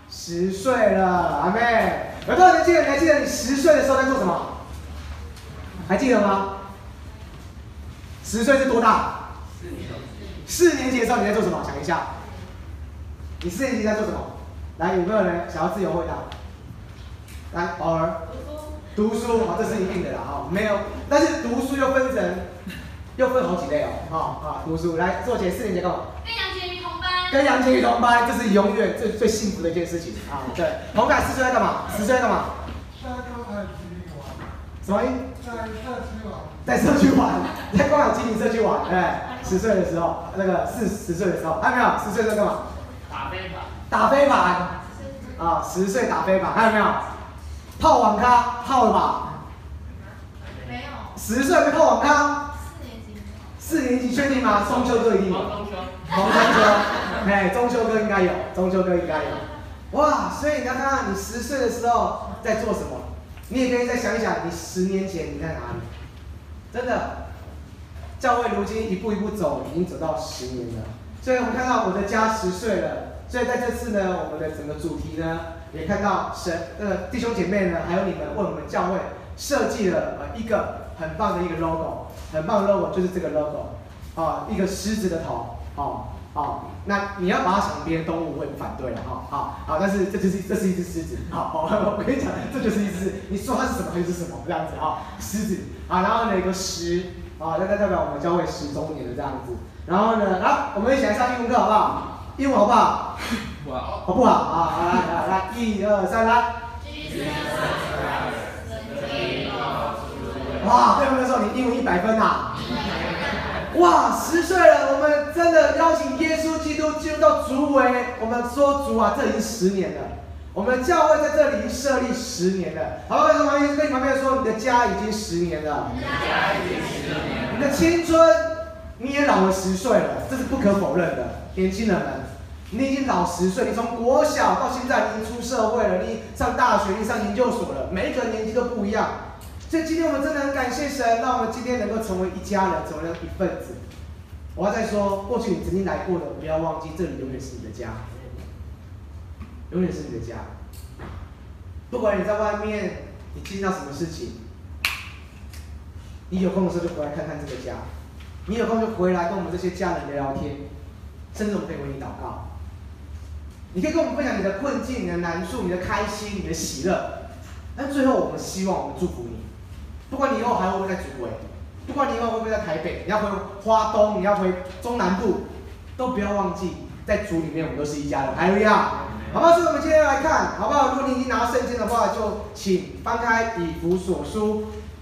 10岁了，阿妹。有多少年轻人你还记得你10岁的时候在做什么？还记得吗？10岁是多大？4年级的时候你在做什么？想一下，你4年级在做什么？来，有没有人想要自由回答？来，宝儿。读书，好，这是一定的啦，哈，没有，但是读书又分好几类哦，读书，来，做姐4年级干嘛？ 跟杨洁瑜同班。 跟杨洁瑜同班，这是永远最幸福的一件事情啊，对。红凯4岁在干嘛？10岁在干嘛？ 在公海基地玩。 什么？ 在社区玩。 在社区玩，在公海基地社区玩，哎，10岁的时候，那个10岁的时候，还有没有？10岁在干嘛？ 打飞盘。 打飞盘，啊，10岁打飞盘，还有没有？泡网咖，泡了吧？ 没有。 10岁被泡网咖 4年级。 4年级确定吗？中秋哥一定有。 中秋。 哎，中秋哥应该有，中秋哥应该有。哇，所以你要看看你10岁的时候在做什么，你也可以再想一想，你10年前你在哪里？真的，教会如今一步一步走，已经走到10年了。所以我们看到我的家10岁了，所以在这次呢，我们的整个主题呢，也看到弟兄姐妹呢，还有你们为我们教会设计了一个很棒的一个 logo， 很棒的 logo 就是这个 logo， 一个狮子的头，那你要把它想成别的动物，我也不反对了，好，但是这是一只狮子，我跟你讲，这就是一只狮子，你说它是什么它就是什么这样子狮子，然后呢有个10，代表我们教会10周年的这样子，然后呢，我们一起来上英文课好不好？英文好不好？好不好？来，1、2、3，来。哇，对不对？说你英文100分啊！哇，10岁了，我们真的邀请耶稣基督进入到主委。我们说主啊，这已经10年了。我们教会在这里已经设立10年了。好不好？跟你旁边说，你的家已经10年了。你的青春，你也老了10岁了，这是不可否认的，年轻人们。你已经老10岁，你从国小到现在，你已经出社会了，你上大学，你上研究所了，每一个年纪都不一样。所以今天我们真的很感谢神，让我们今天能够成为一家人，成为一份子。我要再说，过去你曾经来过的，不要忘记，这里永远是你的家，永远是你的家。不管你在外面，你经历到什么事情，你有空的时候就回来看看这个家，你有空就回来跟我们这些家人聊聊天，甚至我们可以为你祷告。你可以跟我们分享你的困境、你的难处、你的开心、你的喜乐。但最后，我们希望我们祝福你。不管你以后还会不会在主委，不管你以后会不会在台北，你要回花东，你要回中南部，都不要忘记，在主里面我们都是一家人。哈利路亚，好不好？所以我们今天来看，好不好？如果你已经拿到圣经的话，就请翻开以弗所书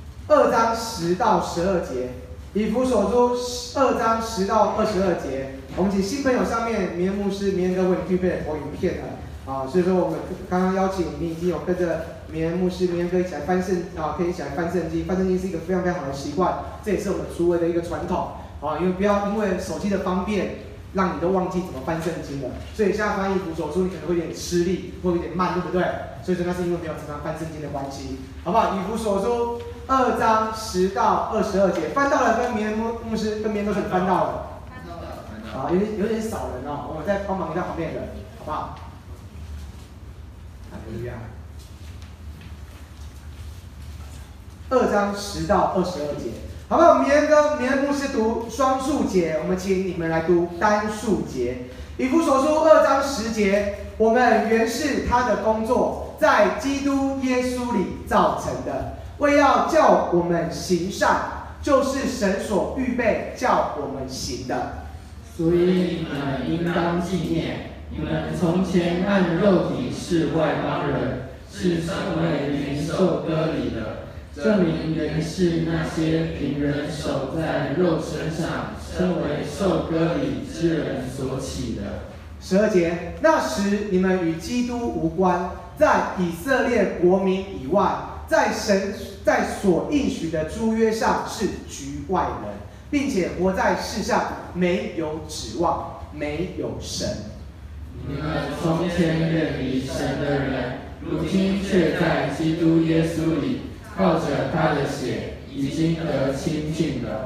2章10到12节。以弗所书2章10到22节，我们请新朋友上面明恩牧师、明恩哥为你预备的投影片了所以说我们刚刚邀请你已经有跟着明恩牧师、明恩哥一起来翻圣可以一起来翻圣经。翻圣经是一个非常非常好的习惯，这也是我们主委的一个传统因为不要因为手机的方便，让你都忘记怎么翻圣经了。所以现在翻以弗所书，你可能会有点吃力，会有点慢，对不对？所以说那是因为没有常常翻圣经的关系，好不好？以弗所书2章10到22节，翻到了，跟明恩牧师跟明恩都是翻到了，有点少人我们再帮忙一下旁边的人，好不好？2章10到22节，好不好？明恩牧师读双数节，我们请你们来读单数节。以弗所书2章10节，我们原是他的工作，在基督耶稣里造成的，为要叫我们行善，就是神所预备叫我们行的。 所以你们应当纪念，你们从前按肉体是外邦人，是称为灵受割礼的，证明原是那些凭人手在肉身上称为受割礼之人所起的。 12节，那时你们与基督无关，在以色列国民以外，在神在所应许的诸约上是局外人，并且活在世上没有指望，没有神。 你们从前远离神的人，如今却在基督耶稣里，靠着他的血已经得清净了。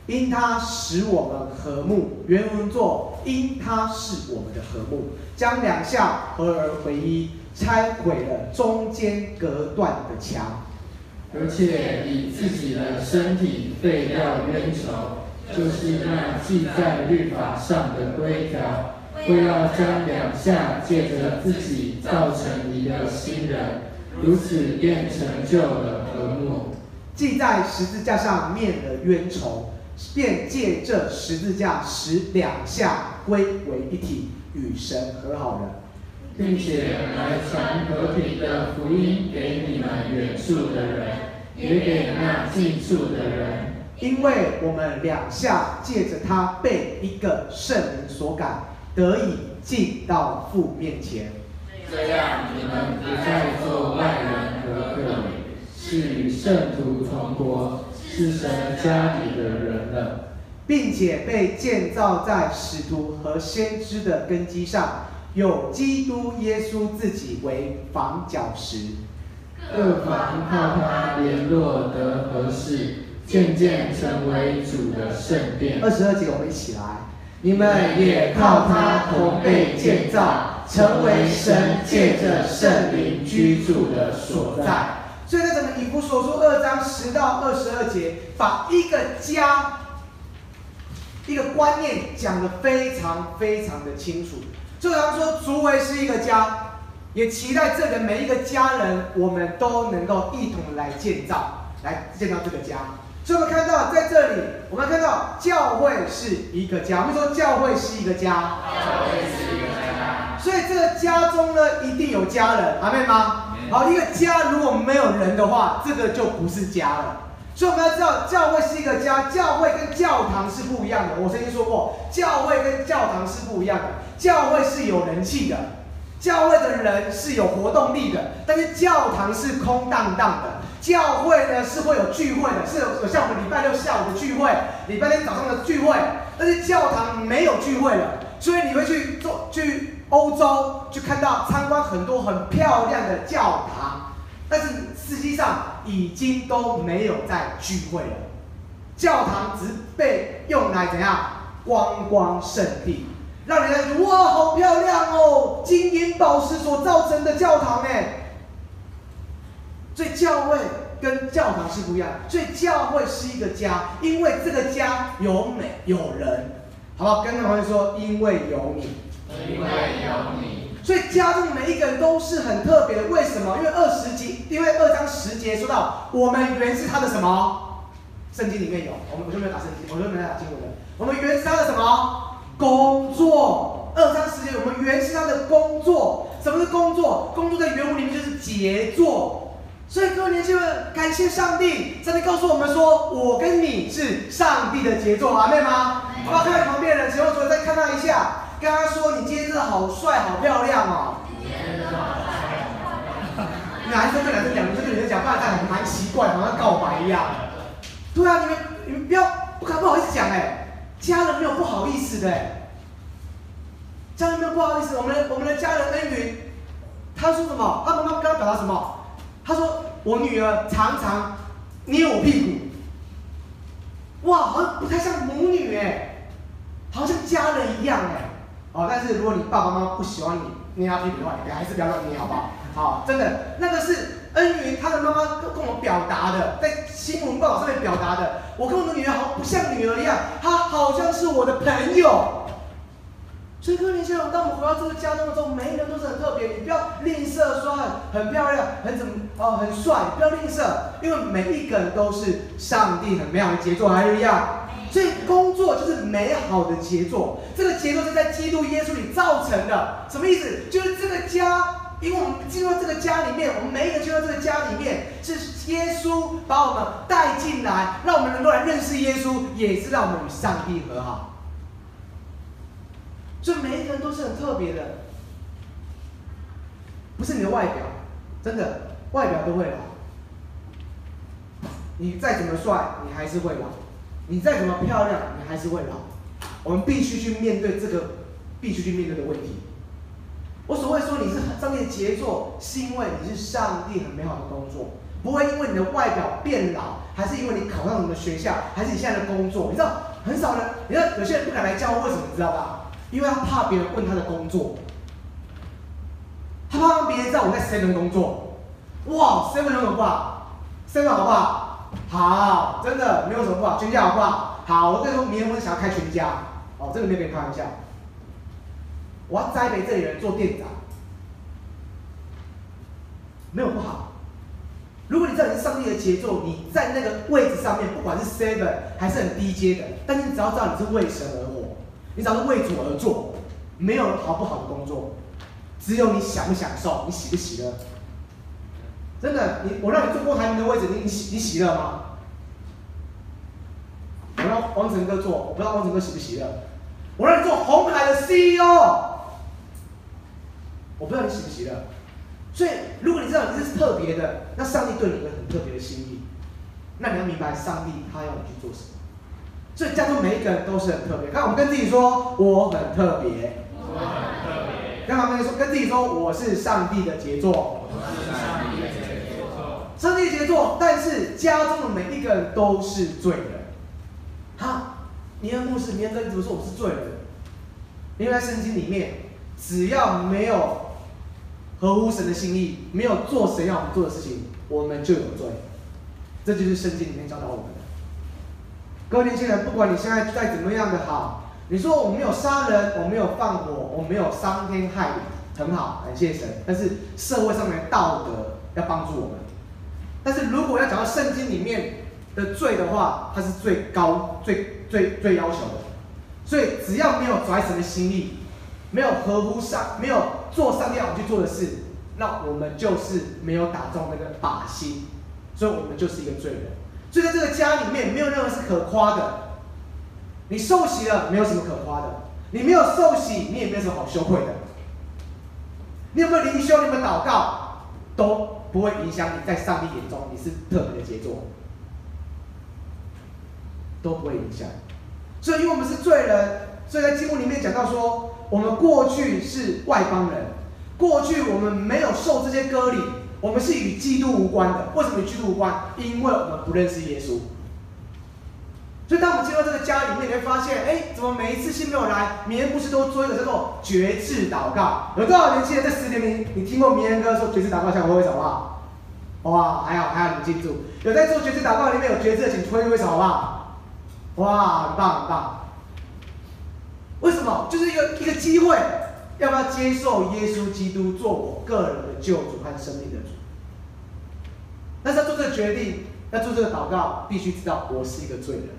因他使我们和睦。原文作因他是我们的和睦，将两下合而为一，拆毁了中间隔断的墙， 而且以自己的身体废掉冤仇，就是那记在律法上的规条，为要将两下借着自己造成一个新人，如此便成就了和睦。 既在十字架上灭了冤仇，便借这十字架使两下归为一体，与神和好了， 并且来传和平的福音给你们远处的人，也给那近处的人。 因为我们两下借着他被一个圣灵所感，得以进到父面前。 这样你们不再做外人和客旅，是与圣徒同国，是神家里的人了， 并且被建造在使徒和先知的根基上，有基督耶稣自己为房角石， 各房靠他联络得合适，渐渐成为主的圣殿。 22节我们一起来，你们也靠他同被建造，成为神借着圣灵居住的所在。所以在整个以弗所书2章10到22节，把一个家、一个观念讲得非常非常的清楚。就常说竹围是一个家，也期待这个每一个家人，我们都能够一同来建造这个家。所以我们看到在这里，我们看到教会是一个家。我们说教会是一个家， 教会是一个家。 所以这个家中呢，一定有家人，阿们吗？好，一个家如果没有人的话，这个就不是家了。所以我们要知道，教会是一个家，教会跟教堂是不一样的。我曾经说过，教会跟教堂是不一样的。教会是有人气的，教会的人是有活动力的，但是教堂是空荡荡的。教会呢是会有聚会的，是有像我们礼拜六下午的聚会，礼拜天早上的聚会，但是教堂没有聚会了。所以你会去欧洲去看到参观很多很漂亮的教堂，但是实际上已经都没有在聚会了。教堂只被用来怎样观光圣地，让人家觉得哇好漂亮哦，金银宝石所造成的教堂哎。所以教会跟教堂是不一样，所以教会是一个家，因为这个家有美有人，好不好？跟同学说，因为有你， 因为有你。 所以家中每一个人都是很特别的。为什么？因为2章10节说到，我们原是他的什么？圣经里面有，我就没有打圣经，我就没有打经文了。我们原是他的什么？工作。2章10节，我们原是他的工作。什么是工作？工作在原文里面就是杰作。所以各位年轻人，感谢上帝，上帝告诉我们说，我跟你是上帝的杰作，阿妹吗？好不好？看看旁边的人，请问主再看他一下，跟他说，你今天真的好帅，好漂亮哦。男生对男生讲，女生对女生讲，不然这样蛮奇怪，好像告白一样。对啊，你们不好意思讲哎，家人没有不好意思的哎，家人没有不好意思，我们的家人恩云，他说什么？他妈妈跟他表达什么？他说：“我女儿常常捏我屁股，哇，好像不太像母女哎，好像家人一样哎。哦，但是如果你爸爸妈妈不喜欢你捏他屁股的话，你还是不要乱捏，好不好？好，真的，那个是恩云他的妈妈跟我表达的，在新闻报道上面表达的。我跟我的女儿好像不像女儿一样，她好像是我的朋友。”所以各位年轻人，当我们回到这个家中的时候，每一个人都是很特别。你不要吝啬说很漂亮，很帅，不要吝啬，因为每一个人都是上帝很美好的杰作，还是一样。所以工作就是美好的杰作，这个杰作是在基督耶稣里造成的。什么意思？就是这个家，因为我们进入到这个家里面，我们每一个人进入到这个家里面，是耶稣把我们带进来，让我们能够来认识耶稣，也是让我们与上帝和好。所以每一个人都是很特别的，不是你的外表，真的外表都会老。你再怎么帅，你还是会老；你再怎么漂亮，你还是会老。我们必须去面对这个必须去面对的问题。我所谓说你是上帝的杰作，是因为你是上帝很美好的工作。 不会因为你的外表变老，还是因为你考上什么学校，还是你现在的工作。你知道很少人，你知道有些人不敢来教会，为什么？你知道吧？因为他怕别人问他的工作，他怕让别人知道我在 7 工作。哇 ，7有什么不好？7好不好？好，真的没有什么不好。全家好不好？好，我跟你说，明天我想要开全家，哦，真的没有跟你开玩笑。我要栽培这里人做店长，没有不好。如果你知道你是上帝的杰作，你在那个位置上面，不管是 7还是很低阶的，但是你只要知道你是为神而活，你只要是为主而做，没有好不好的工作，只有你享不享受，你喜不喜乐。真的，我让你坐郭台铭的位置，你喜乐吗？我让王成哥坐，我不知道王成哥喜不喜乐。我让你做鸿海的 CEO， 我不知道你喜不喜乐。所以，如果你知道你是特别的，那上帝对你有很特别的心意，那你要明白上帝他要你去做什么。所以，家中每一个人都是很特别。看，我们跟自己说，我很特别。 我很特别。 跟旁边说，跟自己说，我是上帝的杰作。 我是上帝的杰作。 上帝的杰作，但是家中的每一个人都是罪人。哈，尼恩牧师，尼恩哥，你怎么说我是罪人？因为在圣经里面，只要没有合乎神的心意，没有做神要我们做的事情，我们就有罪。这就是圣经里面教导我们的。各位年轻人，不管你现在再怎么样的好，你说我没有杀人，我没有放火，我没有伤天害理，很好，感谢神。但是社会上面的道德要帮助我们。但是如果要讲到圣经里面的罪的话，它是最高、最要求的。所以只要没有拽神的心意，没有合乎没有做上帝要我们去做的事，那我们就是没有打中那个靶心，所以我们就是一个罪人。所以在这个家里面，没有任何是可夸的。你受洗了，没有什么可夸的；你没有受洗，你也没有什么好羞愧的。你有没有灵修？你有没有祷告？都不会影响你在上帝眼中你是特别的杰作，都不会影响。所以，因为我们是罪人，所以在经文里面讲到说，我们过去是外邦人，过去我们没有受这些割礼，我们是与基督无关的。为什么与基督无关？因为我们不认识耶稣。所以，当我们进到这个家里面，你会发现，哎，怎么每一次新朋友来，明恩牧师都做一个叫做决志祷告。有多少年轻人在10年里，你听过明恩哥说决志祷告效果会什么？好不好？哇，还好，你记住，有在做决志祷告里面有决志的，请推挥手，好不好？哇，很棒，很棒！为什么？就是一个机会，要不要接受耶稣基督做我个人的救主和生命的主？但是要做这个决定，要做这个祷告，必须知道我是一个罪人。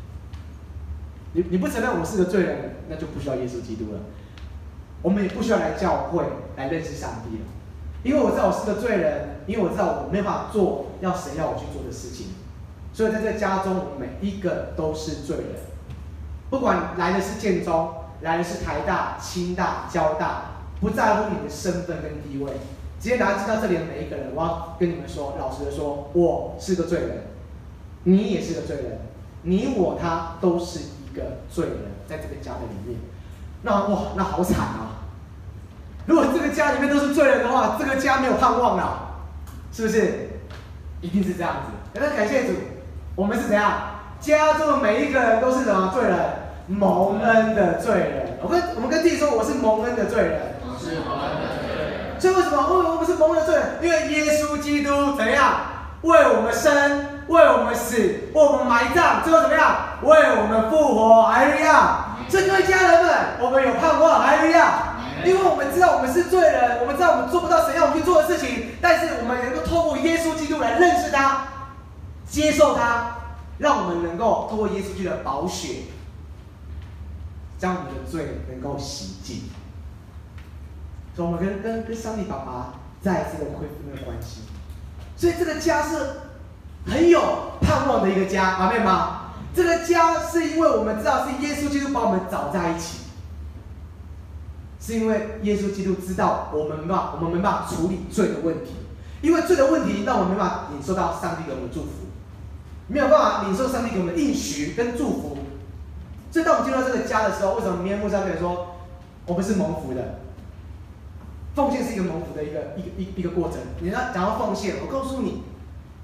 你不承认我是个罪人，那就不需要耶稣基督了。我们也不需要来教会来认识上帝了，因为我知道我是个罪人，因为我知道我没有办法做神要我去做的事情。所以在这个家中，我们每一个都是罪人。不管来的是建中，来的是台大、清大、交大，不在乎你的身份跟地位。今天大家知道这里的每一个人，我要跟你们说，老实的说，我是个罪人，你也是个罪人，你我他都是一个罪人，在这个家的里面。那好惨啊！如果这个家里面都是罪人的话，这个家没有盼望了，是不是？一定是这样子。那感谢主。我们是怎样？家中的每一个人都是什么罪人？蒙恩的罪人。我们跟自己说，我是蒙恩的罪人。 我是蒙恩的罪人。 所以为什么？我们是蒙恩的罪人，因为耶稣基督怎样？为我们生，为我们死，为我们埋葬，最后怎么样？为我们复活。哈利路亚！所以各位家人们，我们有盼望。哈利路亚！因为我们知道我们是罪人，我们知道我们做不到神要我们去做的事情，但是我们能够透过耶稣基督来认识他。接受他，让我们能够透过耶稣基督的宝血，将我们的罪能够洗净。所以，我们跟上帝爸爸再一次的恢复那个关系。所以，这个家是很有盼望的一个家，阿们吗？这个家是因为我们知道是耶稣基督把我们找在一起，是因为耶稣基督知道我们没办法处理罪的问题，因为罪的问题让我们没办法领受到上帝给我们的祝福。没有办法领受上帝给我们的应许跟祝福，所以当我们进入到这个家的时候，为什么明天牧师要跟你说，我们是蒙福的？奉献是一个蒙福的一个过程。你要讲到奉献，我告诉你，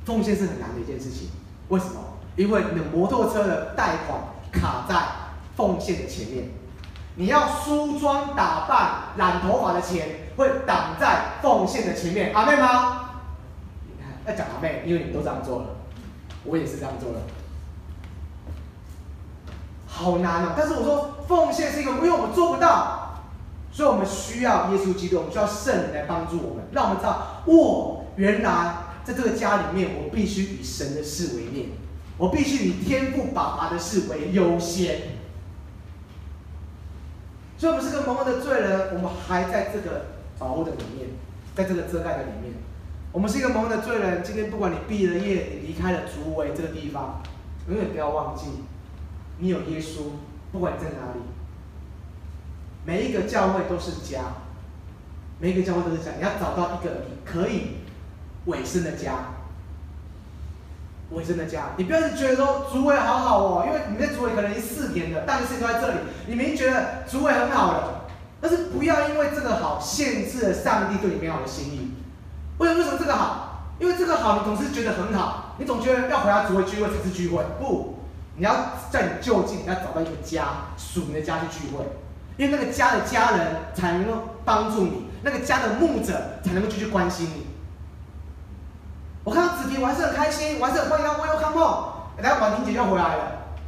奉献是很难的一件事情。为什么？因为你的摩托车的贷款卡在奉献的前面，你要梳妆打扮、染头发的钱会挡在奉献的前面。阿妹吗？要讲阿妹，因为你们都这样做了，我也是这样做了，好难哦。但是我说奉献是一个，因为我们做不到，所以我们需要耶稣基督，我们需要圣灵来帮助我们，让我们知道，原来在这个家里面，我必须以神的事为念，我必须以天父爸爸的事为优先。所以我们是个蒙恩的罪人，我们还在这个保护的里面，在这个遮盖的里面。我们是一个蒙恩的罪人。今天不管你毕了业，你离开了竹围这个地方，永远不要忘记，你有耶稣，不管你在哪里。每一个教会都是家，每一个教会都是家。你要找到一个你可以委身的家，委身的家。你不要是觉得说竹围好好哦，因为你在竹围可能已经4年了，大学4年都在这里，你明明觉得竹围很好了，但是不要因为这个好限制了上帝对你美好的心意。为什么这个好？因为这个好，你总是觉得很好，你总觉得要回到竹围聚会才是聚会。不，你要在你就近，你要找到一个家，属你的家去聚会，因为那个家的家人才能够帮助你，那个家的牧者才能够继续关心你。我看到子婷，我还是很开心，我还是很欢迎她 Welcome home。等下婉婷姐又回来了。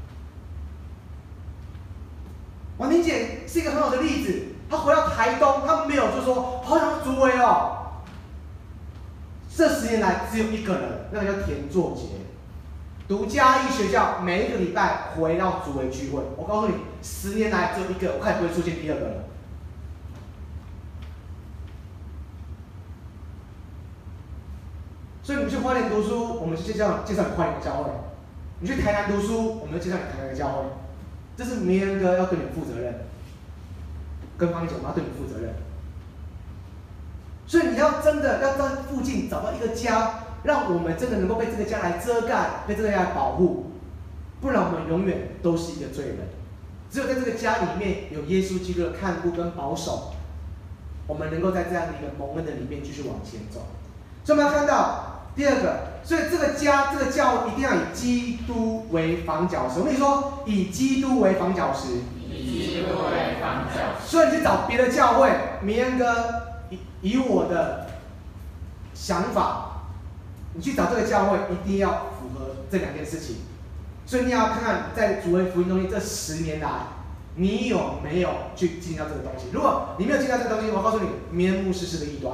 婉婷姐是一个很好的例子，她回到台东，她没有就说好想竹围哦。这10年来只有一个人，那个叫田作杰，读嘉义学校，每一个礼拜回到竹围聚会。我告诉你，10年来只有一个，我看也不会出现第2个了。所以你去花莲读书，我们就介绍你花莲的教会；你去台南读书，我们就介绍你台南的教会。这是明恩哥要对你负责任，跟方姐我们要对你负责任。所以你要真的要在附近找到一个家，让我们真的能够被这个家来遮盖，被这个家来保护，不然我们永远都是一个罪人。只有在这个家里面有耶稣基督的看顾跟保守，我们能够在这样的一个蒙恩的里面继续往前走。所以我们要看到第2个，所以这个家这个教会一定要以基督为房角石。我跟你说，以基督为房角石， 以基督为房角石。 所以你去找别的教会，明恩哥。以我的想法，你去找这个教会，一定要符合这2件事情。所以你要看看在竹围福音中心这10年来，你有没有去经历到这个东西？如果你没有经历到这个东西，我告诉你，明恩牧师是个异端，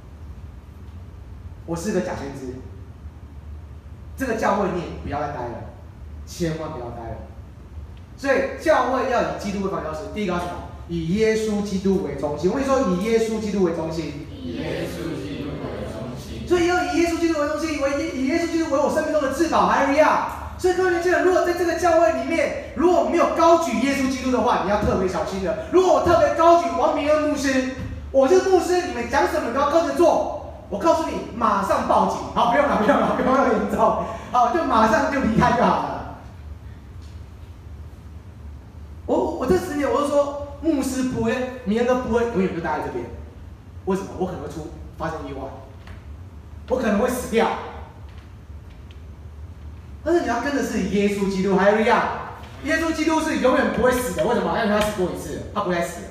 我是个假先知。这个教会你也不要再待了，千万不要待了。所以教会要以基督为房角石。第一个要什么？以耶稣基督为中心。我跟你说，以耶稣基督为中心。 以耶稣基督为中心。 所以要以耶稣基督为中心，以耶稣基督为我生命中的至宝。哈利路亚！所以各位年轻人，如果在这个教会里面，如果没有高举耶稣基督的话，你要特别小心的。如果我特别高举王明恩牧师，我是牧师，你们讲什么你都要跟着做。我告诉你，马上报警。好，不用了，不用了，不用那么严重。好，就马上就离开就好了。我这10年我就说。牧师不会，明恩都不会，永远就待在这边。为什么？我可能会发生意外，我可能会死掉。但是你要跟的是耶稣基督，还有一样，耶稣基督是永远不会死的。为什么？因为他死过一次，他不会再死了。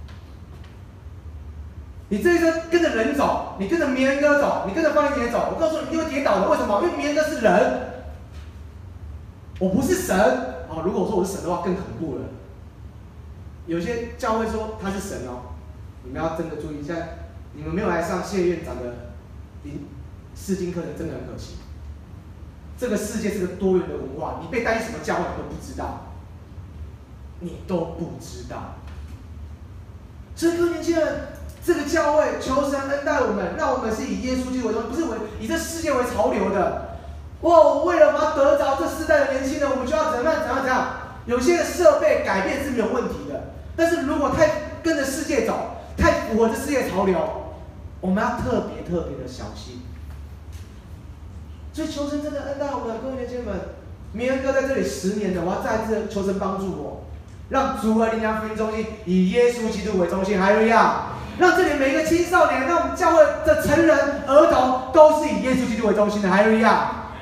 你这一生跟着人走，你跟着明恩哥走，你跟着方言姐走，我告诉你，一定会跌倒的。为什么？因为明恩哥是人，我不是神。哦，如果我说我是神的话，更恐怖了。有些教会说他是神哦，你们要真的注意一下，你们没有来上谢院长的释经课程，真的很可惜。这个世界是个多元的文化，你被带进什么教会你都不知道，你都不知道。所以各位年轻人，这个教会求神恩待我们，让我们是以耶稣基督为中心，不是以这世界为潮流的。哇，为了我们要得着这世代的年轻人，我们就要怎样？有些设备改变是没有问题的。但是如果太跟着世界走，太符合这世界潮流，我们要特别的小心。所以求神真的恩待我们，各位年轻人，明恩哥在这里10年了，我要再次求神帮助我，让竹围灵粮福音中心以耶稣基督为中心，还有一样，让这里每一个青少年，让我们教会的成人、儿童都是以耶稣基督为中心的，还有一样。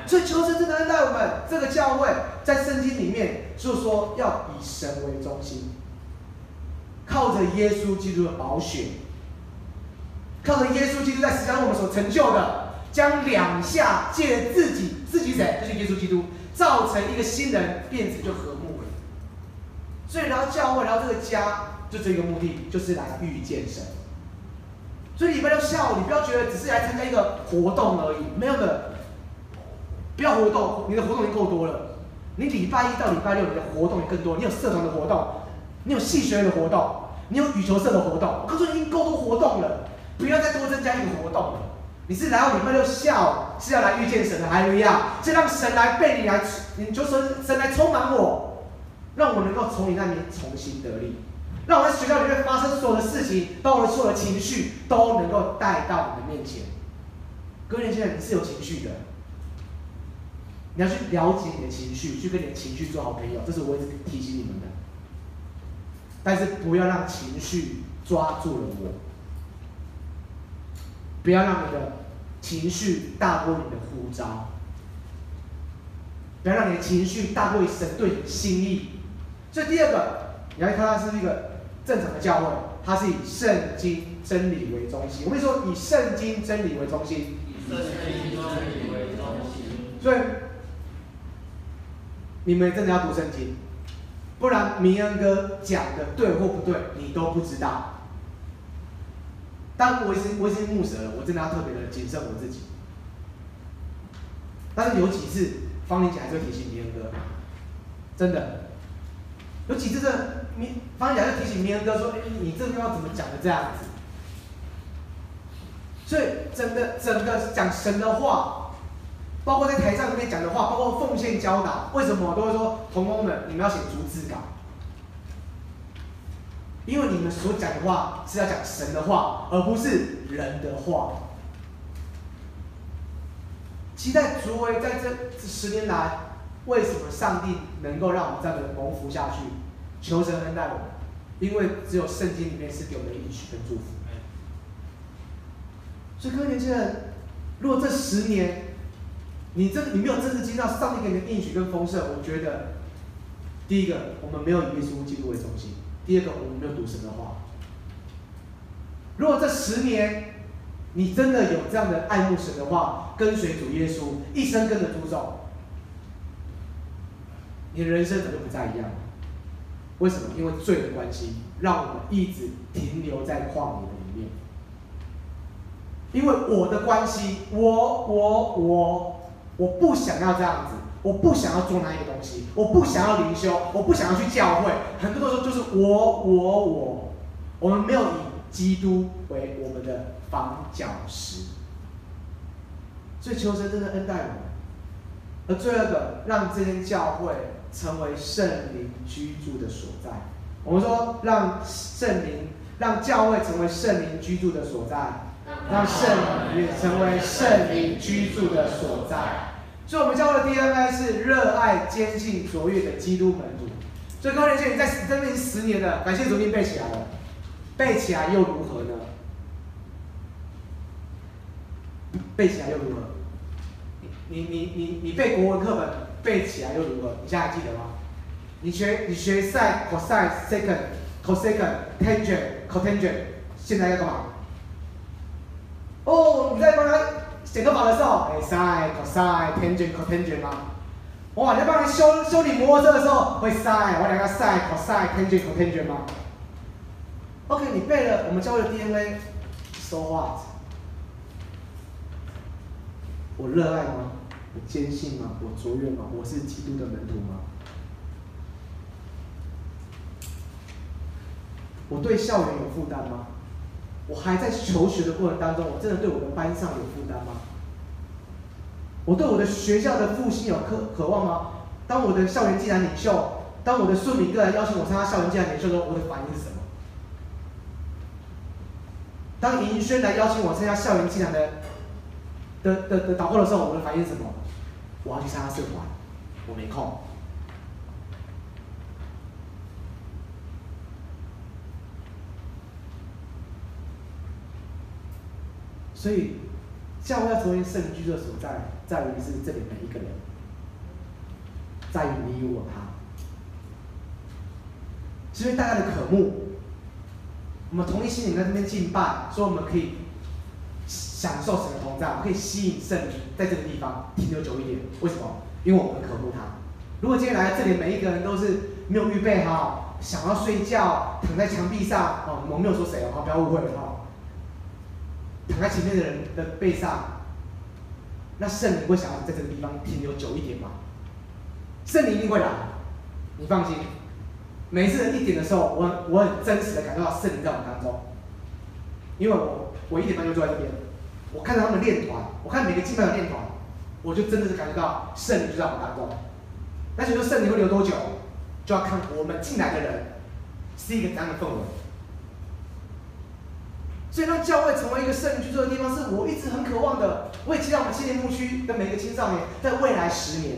所以求神真的恩待我们。这个教会在圣经里面就说要以神为中心，靠着耶稣基督的宝血，靠着耶稣基督在十字架我们所成就的，将两下借自己谁？就是耶稣基督，造成一个新人，变质就和睦了。所以来到教会，来到这个家，就这个目的，就是来遇见神。所以礼拜六下午，你不要觉得只是来参加一个活动而已，没有的。不要活动，你的活动已经够多了。你礼拜一到礼拜六，你的活动也更多。你有社团的活动，你有系学院的活动，你有羽球社的活动。我告诉你，已经够多活动了，不要再多增加一个活动了。你是来到礼拜六下午，是要来遇见神的，哈利路亚，是让神来被你来，你就说神来充满我，让我能够从你那边重新得力，让我在学校里面发生所有的事情，把我的所有的情绪都能够带到你的面前。各位年轻人，你是有情绪的。你要去了解你的情绪，去跟你的情绪做好朋友，这是我一直提醒你们的。但是不要让情绪抓住了我，不要让你的情绪大过你的呼召，不要让你的情绪大过于神对你的心意。所以第二个，你要看它是一个正常的教会，它是以圣经真理为中心。我跟你说，以圣经真理为中心， 以圣经真理为中心。 所以你们真的要读圣经，不然明恩哥讲的对或不对，你都不知道。但我已经牧蛇了，我真的要特别的谨慎我自己。但是有几次方玲姐还是会提醒明恩哥，真的，有几次方玲姐还是提醒明恩哥说：“你这个地方怎么讲的这样子？”所以整个讲神的话。包括在台上里面讲的话，包括奉献教导，为什么我都会说同工们，你们要写逐字稿？因为你们所讲的话是要讲神的话，而不是人的话。期待竹围在这10年来，为什么上帝能够让我们这样的蒙福下去？求神恩待我们，因为只有圣经里面是给我们的应许跟祝福。所以各位年轻人，如果这10年，你没有真正经历到上帝给你的应许跟丰盛，我觉得，第一个我们没有以耶稣基督为中心，第二个我们没有读神的话。如果这10年你真的有这样的爱慕神的话，跟随主耶稣，一生跟着主走，你的人生可能不再一样。为什么？因为罪的关系，让我们一直停留在旷野的里面。因为我的关系，我不想要这样子，我不想要做那一个东西，我不想要灵修，我不想要去教会。很多时候就是我们没有以基督为我们的房角石。所以求神真的恩待我们。而最后一个，让这间教会成为圣灵居住的所在。我们说，让教会成为圣灵居住的所在。让圣灵成为圣灵居住的所在。所以，我们教会的 DNA 是热爱、坚信、卓越的基督门徒。所以，各位年轻人，在这边10年了，感谢主，你背起来了，背起来又如何呢？背起来又如何？你背国文课本背起来又如何？你现在还记得吗？你学 sin、cosine、secant、cosecant、tangent、cotangent， 现在要干嘛？哦，你在帮他剪头发的时候，sin、cosine、tangent、cotangent 吗？哇，你在帮他修理摩托车的时候，会 sin， 我两个 sin、cosine、tangent、cotangent 吗 ？OK， 你背了我们教会的 DNA，so what？ 我热爱吗？我坚信吗？我卓越吗？我是基督的门徒吗？我对校园有负担吗？我还在求学的过程当中，我真的对我的班上有负担吗？我对我的学校的复兴有渴望吗？当我的校园祭坛领袖，当我的顺敏哥来邀请我参加校园祭坛领袖的时候，我的反应是什么？当尹轩来邀请我参加校园祭坛的祷告的时候，我的反应是什么？我要去参加社团，我没空。所以， 教会要成为圣灵居住的所在，在于是这里每一个人，在于你我他。是因为大家的渴慕，我们同一心灵在这边敬拜，所以我们可以享受神的同在，我们可以吸引圣灵在这个地方停留久一点。为什么？因为我们渴慕他。如果今天来这里每一个人都是没有预备好，想要睡觉，躺在墙壁上，我没有说谁哦，不要误会哦。躺在前面的人的背上，那圣灵会想要在这个地方停留久一点吗？圣灵一定会来，你放心。每一次1点的时候，我很真实的感受到圣灵在我们当中，因为我1点半就坐在这边，我看到他们练团，我看每个敬拜的练团，我就真的是感觉到圣灵就在我们当中。但是说圣灵会留多久，就要看我们进来的人是一个怎样的氛围。所以让教会成为一个圣灵居住的地方，是我一直很渴望的。我也期待我们青年牧区的每个青少年，在未来10年，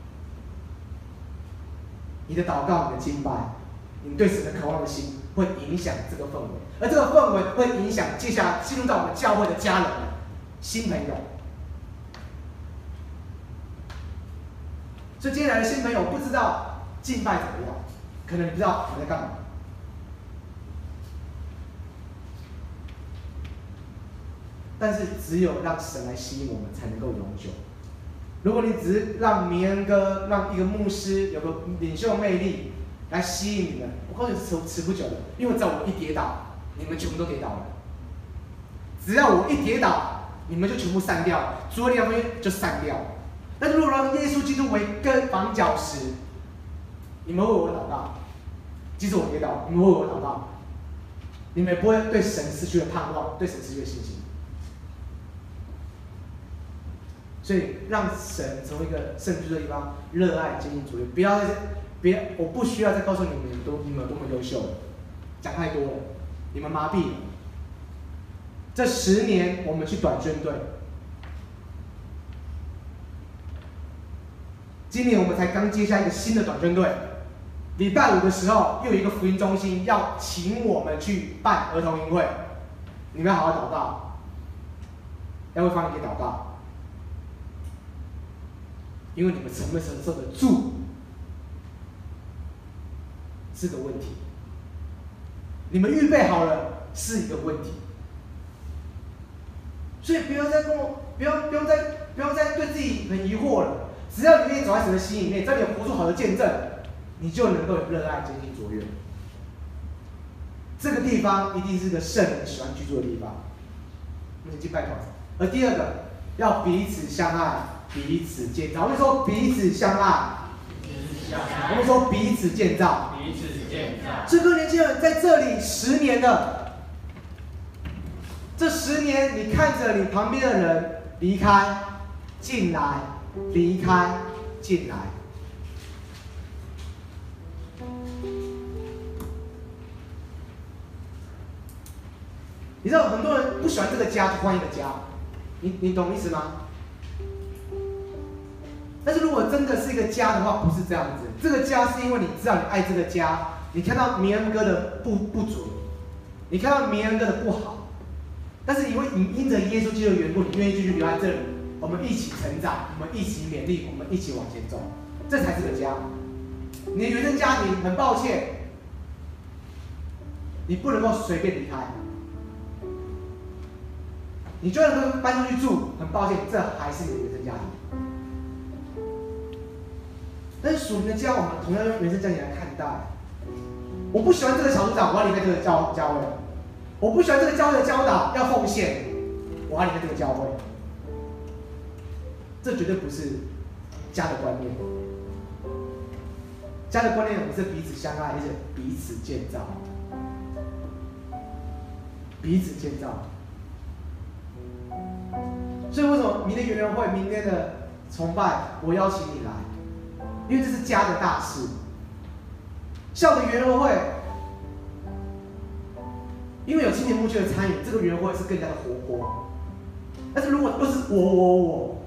你的祷告、你的敬拜、你对神的渴望的心，会影响这个氛围，而这个氛围会影响接下来进入到我们教会的家人、新朋友。所以今天来的新朋友不知道敬拜怎么样，可能你不知道你在干嘛。但是只有让神来吸引我们，才能够永久。如果你只是让迷恩哥、让一个牧师有个领袖魅力来吸引你们，我告诉你是持不久的，因为只要我一跌倒，你们全部都跌倒了。只要我一跌倒，你们就全部散掉了，主的力量就散掉了。但是如果让耶稣基督为根绑脚石，你们为我祷告，即使我跌倒，你们为我祷告，你们也不会对神失去了盼望，对神失去了信心。所以让神成为一个圣居的地方，热爱接近主，不要我不需要再告诉你们你们多么优秀了，讲太多了，你们麻痹了。这10年我们去短宣队，今年我们才刚接下一个新的短宣队。礼拜5的时候，又有一个福音中心要请我们去办儿童营会，你们要好好祷告，要为方言祷告。因为你们承不承受得住是个问题，你们预备好了是一个问题，所以不用再对自己很疑惑了。只要你愿意走在神的心里面，只要你有活出好的见证，你就能够有热爱、坚定、卓越。这个地方一定是个圣人喜欢居住的地方。我们先拜祷。而第二个，要彼此相爱。彼此建造，我们说彼此相爱，我们说彼此建造， 彼此建造。 所以各位年轻人在这里10年了，这10年你看着你旁边的人离开、进来、离开、进来，你知道很多人不喜欢这个家，就换一个家，你懂意思吗？但是如果真的是一个家的话，不是这样子。这个家是因为你知道你爱这个家，你看到迷恩哥的不足，你看到迷恩哥的不好，但是因为你因着耶稣基督的缘故，你愿意继续留在这里，我们一起成长，我们一起勉励，我们一起往前走，这才是个家。你的原生家庭，很抱歉，你不能够随便离开。你就算搬出去住，很抱歉，这还是你的原生家庭。但是属灵的家，我们同样用原生家庭来看待。我不喜欢这个小组长，我要离开这个教会；我不喜欢这个教会的教导，要奉献，我要离开这个教会。这绝对不是家的观念。家的观念，我们是彼此相爱，而且彼此建造，彼此建造。所以为什么明天园游会、明天的崇拜，我邀请你来？因为这是家的大事。校的园游会，因为有青年牧区的参与，这个园游会是更加的活泼。但是如果都是我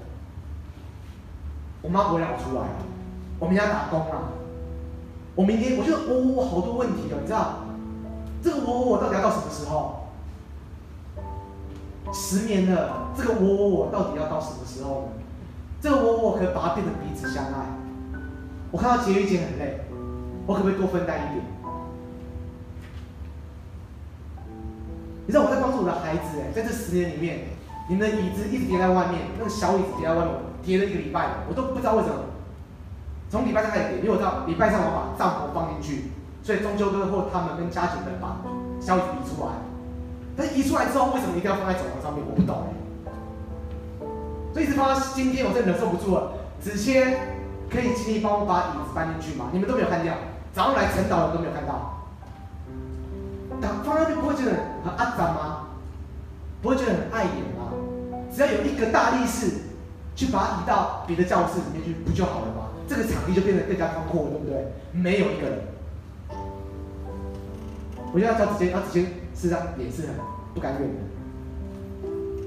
妈不会让我出来了，我明天要打工了，我明天我觉得我好多问题哦，你知道，这个我到底要到什么时候？ 10年了，这个我到底要到什么时候呢？这个我可以把它变成彼此相爱。我看到节育节很累，我可不可以多分担一点？你知道我在帮助我的孩子在这10年里面，你们的椅子一直叠在外面，那个小椅子叠在外面，叠了1个礼拜了，我都不知道为什么。从礼拜3开始叠，因为我知道礼拜3我要把帐篷放进去，所以中秋哥或他们跟家庭们把小椅子移出来。但是移出来之后，为什么一定要放在走廊上面？我不懂所以一直放到今天，我真的忍受不住了。子谦，可以请你帮我把椅子搬进去吗？你们都没有看掉，早上来晨祷的都没有看到。放上去不会觉得很阿杂吗？不会觉得很碍眼吗？只要有一个大力士去把它移到别的教室里面去，不就好了吗？这个场地就变得更加宽阔了，对不对？没有一个人。我就要找子谦，子谦事实上也是很不甘愿的。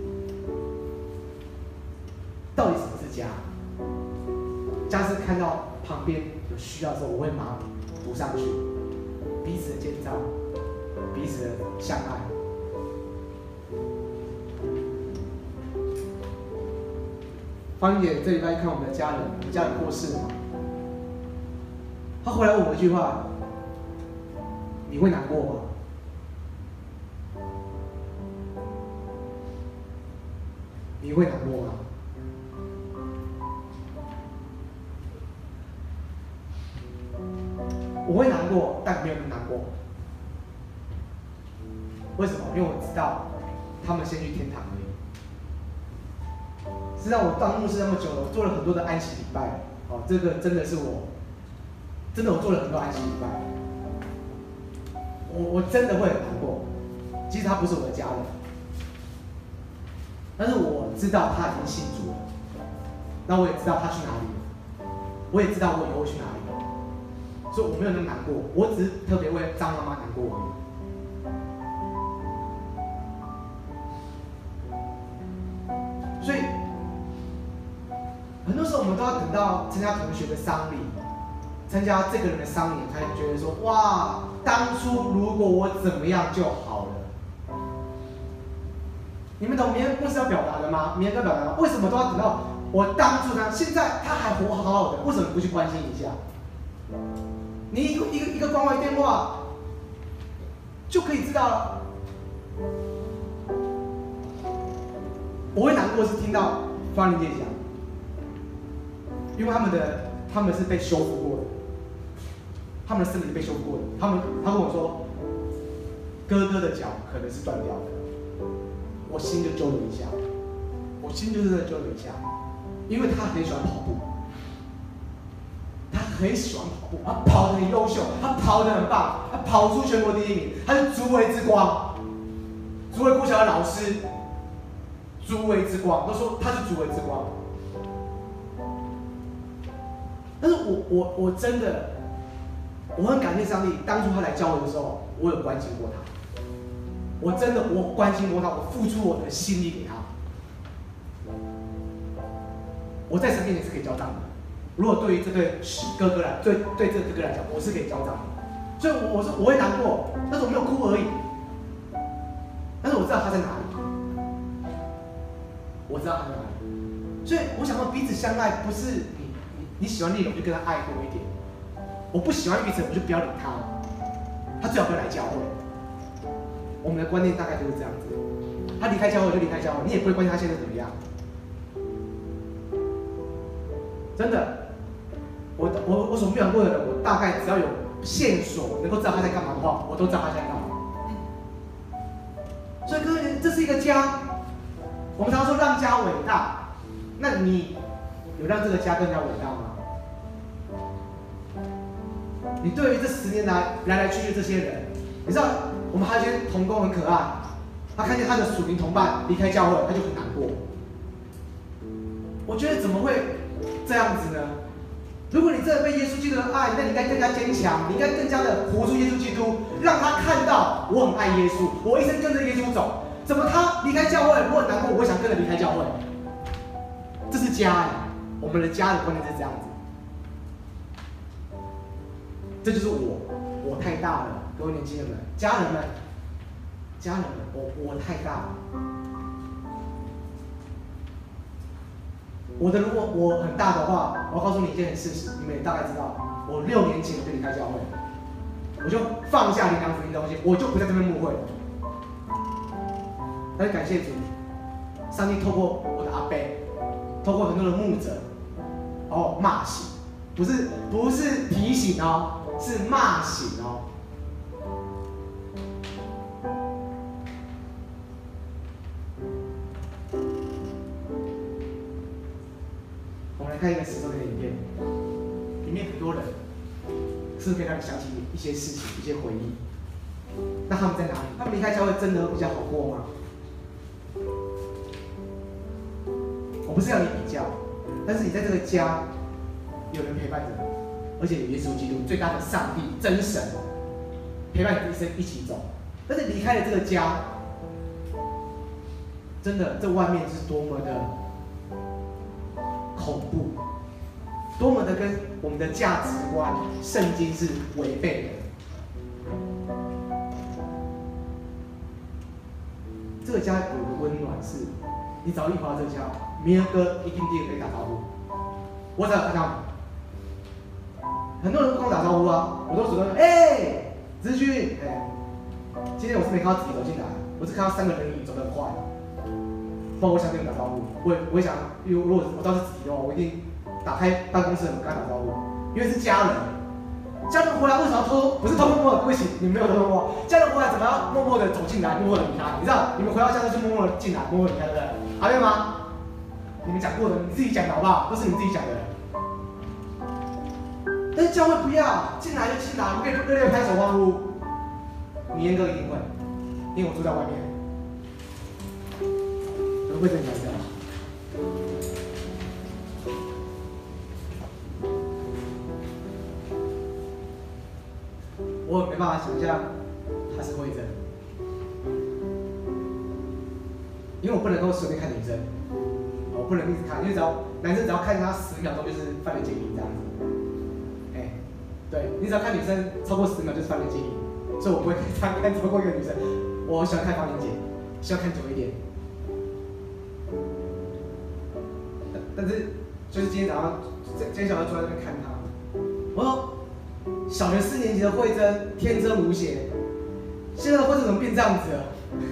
到底什么是家？家是看到旁边有需要的时候，我会马上补上去，彼此的建造，彼此的相爱。芳姐这礼拜看我们的家人，我们家人过世了嘛？他回来问我一句话：你会难过吗？你会难过吗？我会难过，但没有那么难过。为什么？因为我知道他们先去天堂而已。实际上，我当牧师那么久了，我做了很多的安息礼拜。这个真的是我做了很多安息礼拜。我真的会很难过。即使他不是我的家人，但是我知道他已经信主了。那我也知道他去哪里了，我也知道我以后会去哪里了。所以我没有那么难过，我只是特别为张妈妈难过而已。所以很多时候我们都要等到参加同学的丧礼，参加这个人的丧礼，才觉得说：哇，当初如果我怎么样就好了。你们懂明天牧师要表达的吗？明天要表达的，为什么都要等到我当初呢？现在他还活好好的，为什么不去关心一下？你一个关怀电话就可以知道了。我会难过是听到方玲姐讲，因为他们是被修复过的，他们的身体被修复过的。他跟我说，哥哥的脚可能是断掉的，我心就揪了一下，我心就真的揪了一下，因为他很喜欢跑步。他很喜欢跑步，他跑得很优秀，他跑得很棒，他跑出全国第1名，他是竹围之光，竹围国小的老师，竹围之光都说他是竹围之光。但是我真的，我很感谢上帝，当初他来教会的时候，我有关心过他，我关心过他，我付出我的心力给他，我在神面前是可以交账的。如果对于这对哥哥来，对这个哥哥来讲，我是可以交账的，所以我会难过，但是我没有哭而已。但是我知道他在哪里，我知道他在哪里，所以我想说彼此相爱，不是你喜欢内容就跟他爱多一点，我不喜欢彼此我就不要理他，他最好不要来教会。我们的观念大概就是这样子，他离开教会就离开教会，你也不会关心他现在怎么样，真的。我所牧养过的人，我大概只要有线索能够知道他在干嘛的话，我都知道他在干嘛。所以各位，这是一个家。我们常说让家伟大，那你有让这个家更加伟大吗？你对于这10年来来去这些人，你知道我们还有一些同工很可爱，他看见他的属灵同伴离开教会，他就很难过。我觉得怎么会这样子呢？如果你真的被耶稣基督的爱，那你应该更加坚强，你应该更加的活出耶稣基督，让他看到我很爱耶稣，我一生跟着耶稣走。怎么他离开教会，我很难过，我想跟着离开教会。这是家我们的家的观念是这样子。这就是我太大了，各位年轻人们、家人们，我太大了。 如果我很大的话，我要告诉你一件事实，你们也大概知道，我6年前我就离开教会，我就放下灵粮福音的东西，我就不在这边牧会了。但是感谢主，上帝透过我的阿伯，透过很多的牧者，骂醒，不是提醒哦，是骂醒哦。我们来看一个10周年的影片，里面很多人，是不是可以让你想起一些事情、一些回忆？那他们在哪里？他们离开教会真的比较好过吗？我不是要你比较，但是你在这个家有人陪伴着你，而且有耶稣基督最大的上帝真神陪伴你一生一起走。但是离开了这个家，真的这外面是多么的恐怖，多么的跟我们的价值观、圣经是违背的。这个家有个温暖是，你只要一回到这个家，明儿哥一定第一个可以打招呼。我只要看到你，很多人不跟我打招呼啊，我都主动说，子君，今天我是没看到自己走进来，我只看到3个人影走得很快。包括我想跟你打招呼，我也想，如果我知道是自己的话，我一定打开办公室的门跟他打招呼，因为是家人。家人回来为什么要偷？不是偷摸的，对不起，你们没有偷摸。家人回来怎么要默默的走进来，默默的离开？你知道，你们回到家都是默默的进来，默默的离开，对不对？阿妹吗？你们讲过的，你自己讲的好不好？都是你自己讲的。但是教会不要，进来就进来，我们可以热烈拍手欢呼。明天哥一定会，因为我住在外面。我会跟你讲一下。我没办法想象他是慧珍，因为我不能够随便看女生，我不能一直看，因为男生只要看他10秒钟就是犯了奸淫这样子。对你只要看女生超过10秒就是犯了奸淫，所以我不会看超过一个女生。我喜欢看方玲姐，希望看久一点。但是就是今天早上，今天早上坐在那边看她，我说。小学4年级的慧珍天真无邪，现在的慧珍怎么变这样子了？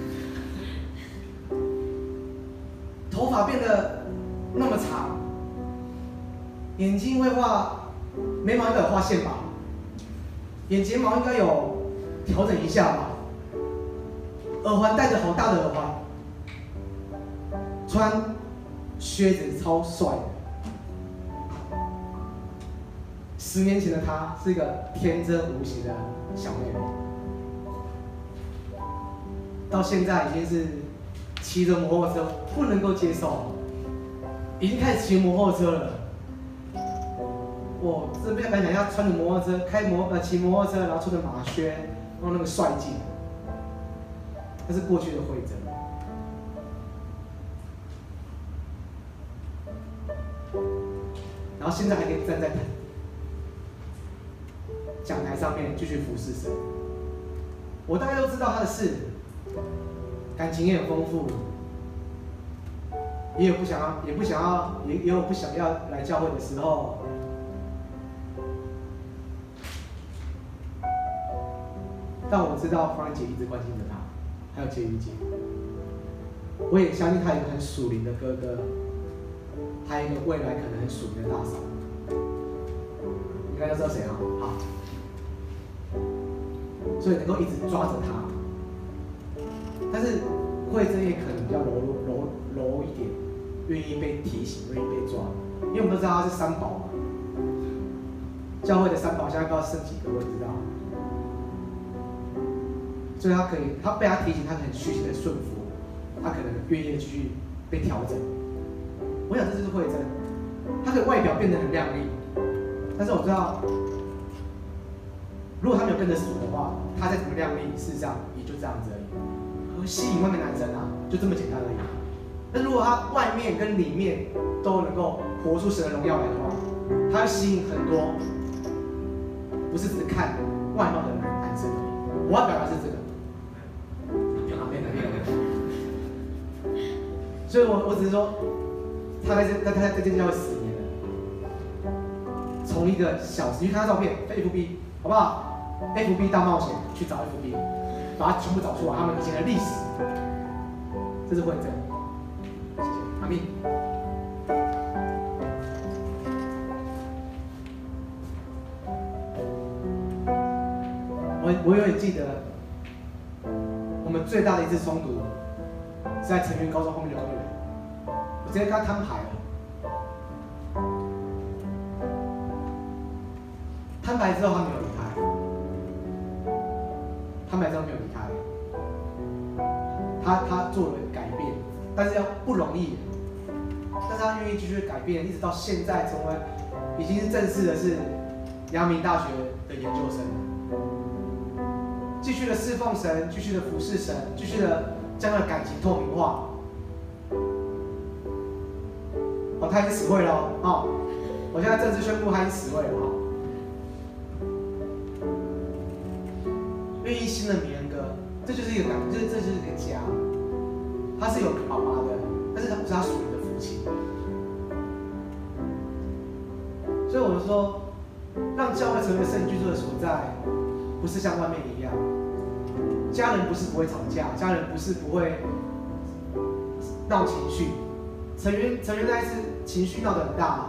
头发变得那么长，眼睛会画，眉毛应该有画线吧？眼睫毛应该有调整一下吧？耳环戴着好大的耳环，穿靴子超帅的。10年前的她是一个天真无邪的小妹妹，到现在已经是骑着摩托车，不能够接受，已经开始骑摩托车了。我这边本来要穿着摩托车骑摩托车，然后穿着马靴，然后那个帅劲，那是过去的慧珍。然后现在还可以站在讲台上面继续服侍神。我大概都知道他的事，感情也很丰富，也有不想要来教会的时候。但我知道方兰姐一直关心着他，还有婕妤姐。我也相信他有一个很属灵的哥哥，还有一个未来可能很属灵的大嫂。应该都知道谁啊？好。所以能够一直抓着他，但是慧珍也可能比较柔一点，愿意被提醒，愿意被抓，因为我们都知道他是3宝嘛，教会的3宝现在不知道剩几个，我也知道，所以他被他提醒，他很虚心的顺服，他可能愿意继续被调整。我想这就是慧珍，他的外表变得很亮丽，但是我知道。如果他没有跟着主的话，他再怎么靓丽，事实上也就这样子而已，会吸引外面男生啊，就这么简单而已。但如果他外面跟里面都能够活出神的荣耀来的话，他会吸引很多，不是只是看外貌的男生而已。我要表达是这个，就那边的。所以我只是说， 他在这间教会10年了，从一个小事，你看他照片 ，FB 好不好 ？FB 大冒险去找 FB， 把它全部找出来，他们以前的历史，这是会证。谢谢，阿密。我永远记得，我们最大的一次冲突是在成员高中后面的公园，我直接跟他摊牌了。摊牌之后他没有离开，摊牌之后没有离开，他做了改变，但是要不容易，但是他愿意继续改变，一直到现在成为已经是正式的是阳明大学的研究生。继续的侍奉神，继续的服侍神，继续的将他的感情透明化。哦，他已经死会了哦，我现在正式宣布他已经死会了哦。愿意新的米恩哥，这就是一个感，这就是一个家。他是有爸爸的，但是他不是他属灵的父亲。所以我就说，让教会成为圣居住的所在。不是像外面一样，家人不是不会吵架，家人不是不会闹情绪。成员那一次情绪闹得很大，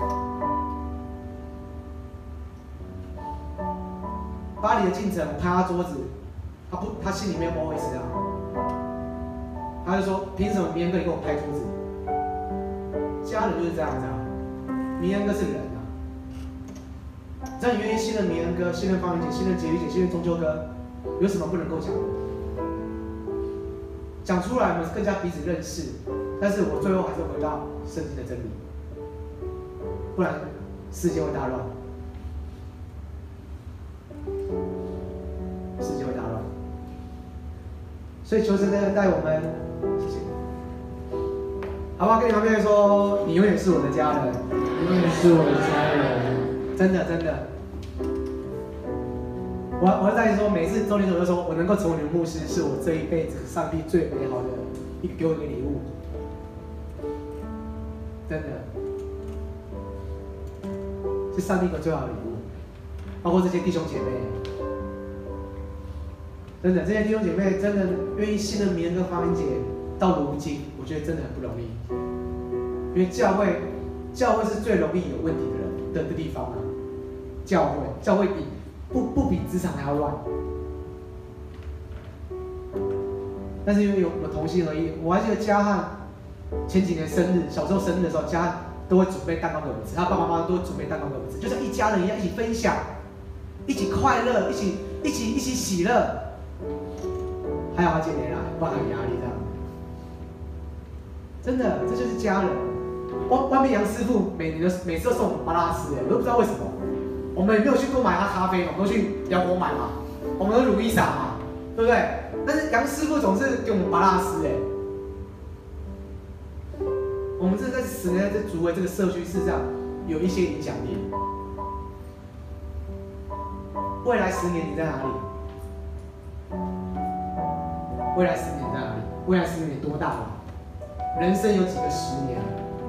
巴黎的进程，我拍他桌子，他心里面不好意思啊，他就说凭什么明恩哥你给我拍桌子？家人就是这样子啊，明恩哥是人啊。只要你愿意信任明恩哥、信任方云姐、信任杰宇姐、信任中秋哥，有什么不能够讲的？讲出来，我们更加彼此认识。但是我最后还是回到圣经的真理，不然世界会大乱。世界会大乱。所以求神在带我们，谢谢。好不好？跟你旁边说，你永远是我的家人， 永远是我的家人。 真的真的。我在说，每次周年我就说，我能够成为你的牧师，是我这一辈子上帝最美好的给我一个礼物。真的，是上帝给我最好的礼物，包括这些弟兄姐妹。真的，这些弟兄姐妹真的愿意信任明恩跟方恩姐，到如今，我觉得真的很不容易。因为教会是最容易有问题的人的地方啊。教会不比职场还要乱。但是因为有我们同心合一，我还记得嘉汉前几年生日，小时候生日的时候，嘉汉都会准备蛋糕给我们吃，他爸爸妈妈都会准备蛋糕给我们吃，就像一家人一样，一起分享，一起快乐，一起喜乐。还有他今年来，不然他有压力这样。真的，这就是家人。外面杨师傅每次都送我们麻辣吃，我都不知道为什么。我们也没有去多买他咖啡嘛，我们都去辽国买嘛，我们都如意莎嘛，对不对？但是杨师傅总是给我们麻辣吃我们这在10年在竹围这个社区事实上有一些影响力。未来10年你在哪里？未来10年在哪里？未来10年你多大了？人生有几个10年？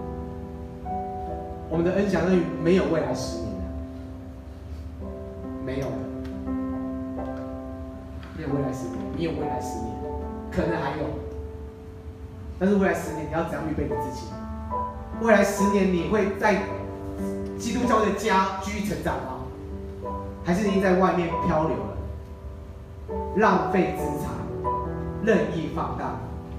我们的恩享乐语没有未来10年的，没有的，没有未来10年，你有未来10年，可能还有，但是未来10年你要怎样预备你自己？未来10年你会在基督教的家继续成长吗？还是你已经在外面漂流了，浪费资产，任意放荡？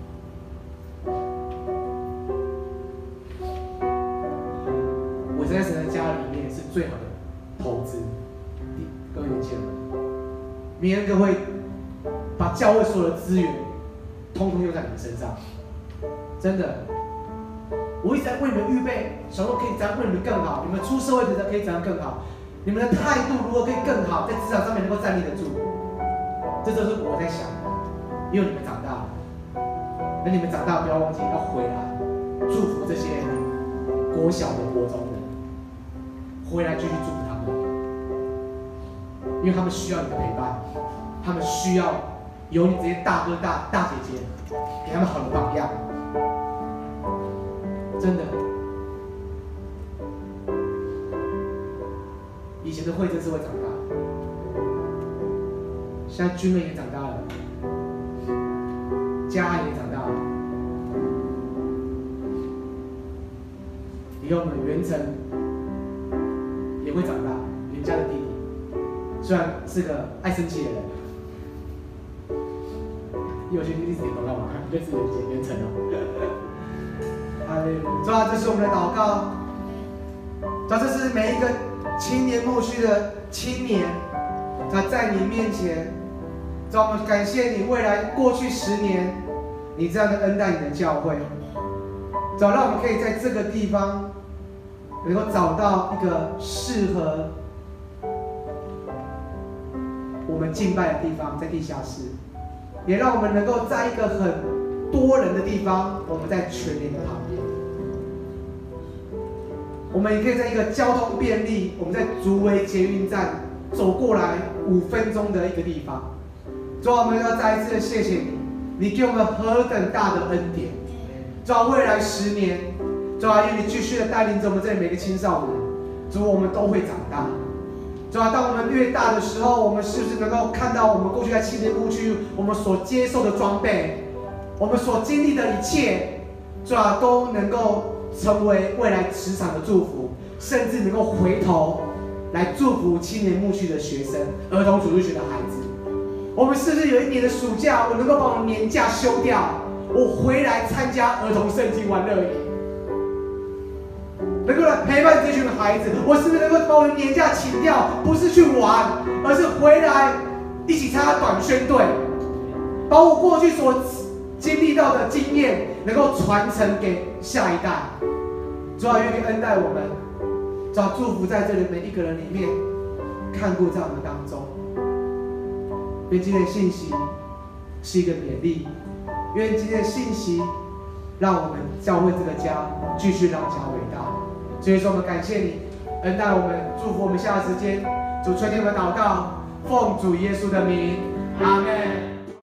我在神的家里面是最好的投资。各位年轻人，明恩哥会把教会所有的资源，通通用在你们身上，真的。我一直在为你们预备，想说可以怎样为你们更好，你们出社会的人可以怎样更好，你们的态度如何可以更好，在职场上面能够站立得住，这就是我在想的。因为你们长大了，等你们长大不要忘记要回来祝福这些国小的、国中的，回来继续祝福他们，因为他们需要你的陪伴，他们需要有你这些大哥大姐姐给他们好的榜样。真的， 前的慧真是会长大，现在君妹也长大了，嘉安也长大了，以后我们元成也会长大，袁家的弟弟，虽然是个爱生气的人。有些弟弟点头干嘛？认识元成哦。哈利路亚！主啊，这是我们的祷告。主啊，这是每一个青年牧区的青年，他在你面前。主啊，我们感谢你，未来过去10年，你这样的恩待你的教会。主啊，让我们可以在这个地方能够找到一个适合我们敬拜的地方，在地下室。也让我们能够在一个很多人的地方，我们在全联的旁边，我们也可以在一个交通便利，我们在竹围捷运站走过来5分钟的一个地方。主啊，我们要再一次的谢谢你，你给我们何等大的恩典。主啊，未来10年，主啊，愿你继续的带领着我们这里每个青少年，主，我们都会长大。主啊，当我们越大的时候，我们是不是能够看到我们过去在青年牧区我们所接受的装备，我们所经历的一切，主啊，都能够成为未来职场的祝福，甚至能够回头来祝福青年牧区的学生、儿童主日学的孩子。我们是不是有一年的暑假，我能够把我年假休掉，我回来参加儿童圣经玩乐营？能够来陪伴这群孩子，我是不是能够把我的年假请掉？不是去玩，而是回来一起参加短宣队，把我过去所经历到的经验，能够传承给下一代。主啊，愿你恩待我们，主啊，祝福在这里每一个人里面，看顾在我们当中。愿今天的信息是一个勉励，愿今天的信息让我们教会这个家继续让家伟大。所以说，我们感谢你恩待我们，祝福我们下个时间。主垂听我们祷告，奉主耶稣的名，阿们。